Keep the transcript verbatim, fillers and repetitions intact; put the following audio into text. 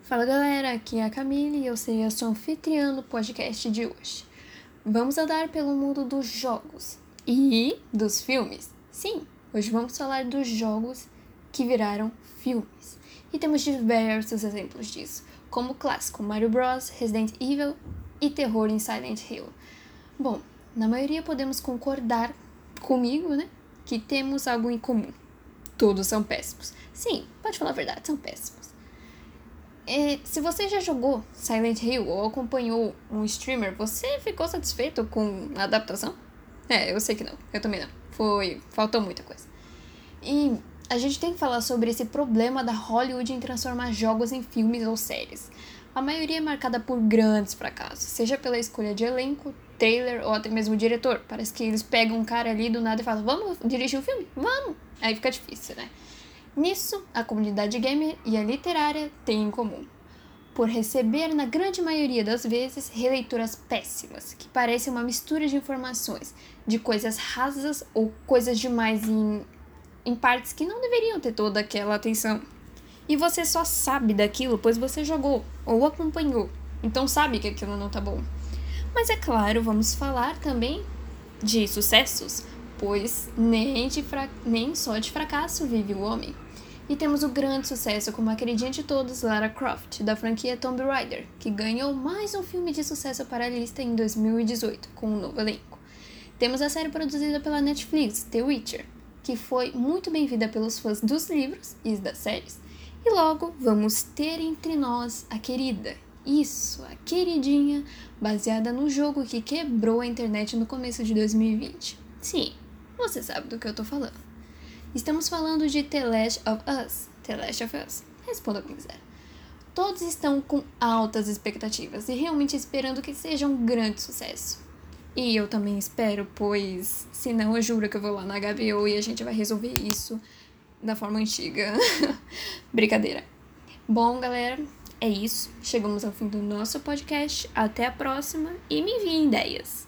Fala galera, aqui é a Camille e eu serei a sua anfitriã no podcast de hoje. Vamos andar pelo mundo dos jogos e dos filmes. Sim, hoje vamos falar dos jogos que viraram filmes. E temos diversos exemplos disso, como o clássico Mario Bros, Resident Evil e terror em Silent Hill. Bom, na maioria podemos concordar comigo, né, que temos algo em comum. Todos são péssimos. Sim, pode falar a verdade, são péssimos. É, se você já jogou Silent Hill ou acompanhou um streamer, você ficou satisfeito com a adaptação? É, eu sei que não. Eu também não. Foi... Faltou muita coisa. E a gente tem que falar sobre esse problema da Hollywood em transformar jogos em filmes ou séries. A maioria é marcada por grandes fracassos, seja pela escolha de elenco, trailer ou até mesmo diretor. Parece que eles pegam um cara ali do nada e falam, vamos dirigir o filme? Vamos! Aí fica difícil, né? Nisso, a comunidade gamer e a literária têm em comum, por receber, na grande maioria das vezes, releituras péssimas, que parecem uma mistura de informações, de coisas rasas ou coisas demais em, em partes que não deveriam ter toda aquela atenção. E você só sabe daquilo pois você jogou ou acompanhou, então sabe que aquilo não tá bom. Mas é claro, vamos falar também de sucessos, pois nem, de fra... nem só de fracasso vive o homem. E temos o grande sucesso como a queridinha de todos, Lara Croft, da franquia Tomb Raider, que ganhou mais um filme de sucesso para a lista em dois mil e dezoito, com um novo elenco. Temos a série produzida pela Netflix, The Witcher, que foi muito bem-vinda pelos fãs dos livros e das séries. E logo, vamos ter entre nós a querida, isso, a queridinha, baseada no jogo que quebrou a internet no começo de dois mil e vinte. Sim, você sabe do que eu tô falando. Estamos falando de The Last of Us. The Last of Us. Responda como quiser. Todos estão com altas expectativas e realmente esperando que seja um grande sucesso. E eu também espero, pois senão eu juro que eu vou lá na H B O e a gente vai resolver isso da forma antiga. Brincadeira. Bom, galera, é isso. Chegamos ao fim do nosso podcast. Até a próxima e me enviem ideias.